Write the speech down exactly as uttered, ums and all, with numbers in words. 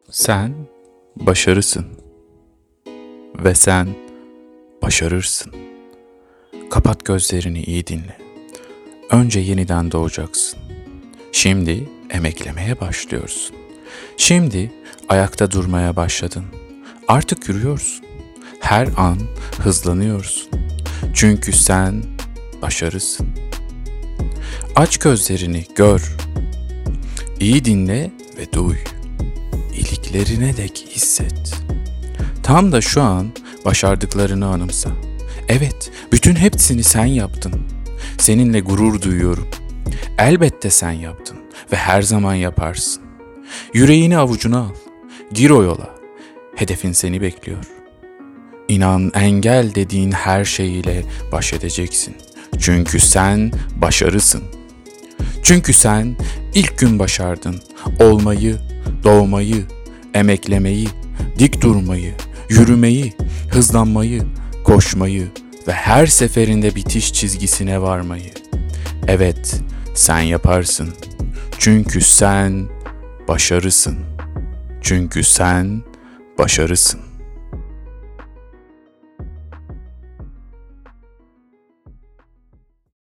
Sen başarısın ve sen başarırsın. Kapat gözlerini, iyi dinle. Önce yeniden doğacaksın. Şimdi emeklemeye başlıyorsun. Şimdi ayakta durmaya başladın. Artık yürüyorsun. Her an hızlanıyorsun. Çünkü sen başarısın. Aç gözlerini, gör. İyi dinle ve duy. İliklerine dek hisset. Tam da şu an başardıklarını anımsa. Evet, bütün hepsini sen yaptın. Seninle gurur duyuyorum. Elbette sen yaptın ve her zaman yaparsın. Yüreğini avucuna al. Gir o yola. Hedefin seni bekliyor. İnan, engel dediğin her şeyiyle baş edeceksin. Çünkü sen başarısın. Çünkü sen ilk gün başardın. Olmayı, doğmayı, emeklemeyi, dik durmayı, yürümeyi, hızlanmayı, koşmayı ve her seferinde bitiş çizgisine varmayı. Evet, sen yaparsın. Çünkü sen başarısın. Çünkü sen başarısın.